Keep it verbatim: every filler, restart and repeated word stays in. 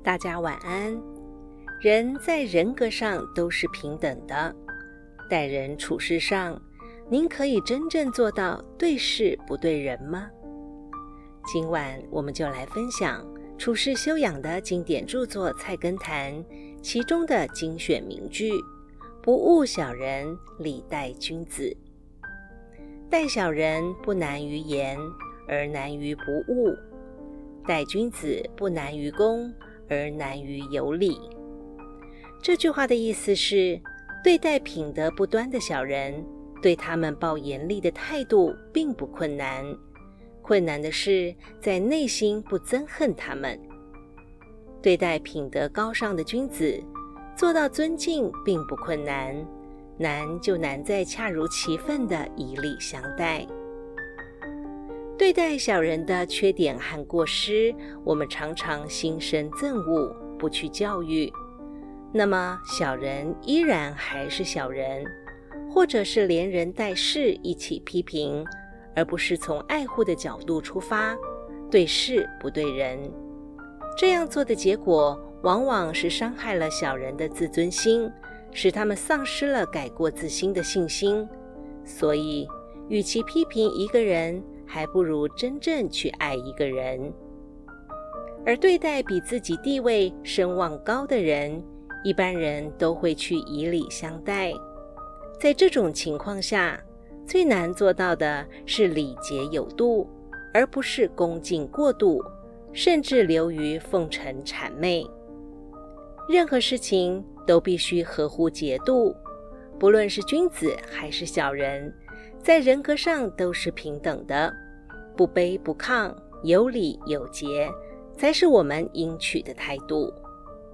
大家晚安。人在人格上都是平等的，待人处事上，您可以真正做到对事不对人吗？今晚我们就来分享处世修养的经典著作《菜根谭》其中的精选名句：不误小人，礼待君子。待小人不难于言，而难于不误；待君子不难于恭，而难于有礼。这句话的意思是，对待品德不端的小人，对他们抱严厉的态度并不困难，困难的是在内心不憎恨他们。对待品德高尚的君子，做到尊敬并不困难，难就难在恰如其分的以礼相待。对待小人的缺点和过失，我们常常心生憎恶，不去教育，那么小人依然还是小人，或者是连人带事一起批评，而不是从爱护的角度出发，对事不对人。这样做的结果，往往是伤害了小人的自尊心，使他们丧失了改过自新的信心。所以，与其批评一个人，还不如真正去爱一个人。而对待比自己地位声望高的人，一般人都会去以礼相待。在这种情况下，最难做到的是礼节有度，而不是恭敬过度，甚至流于奉承谄媚。任何事情都必须合乎节度，不论是君子还是小人，在人格上都是平等的，不卑不亢，有礼有节，才是我们应取的态度。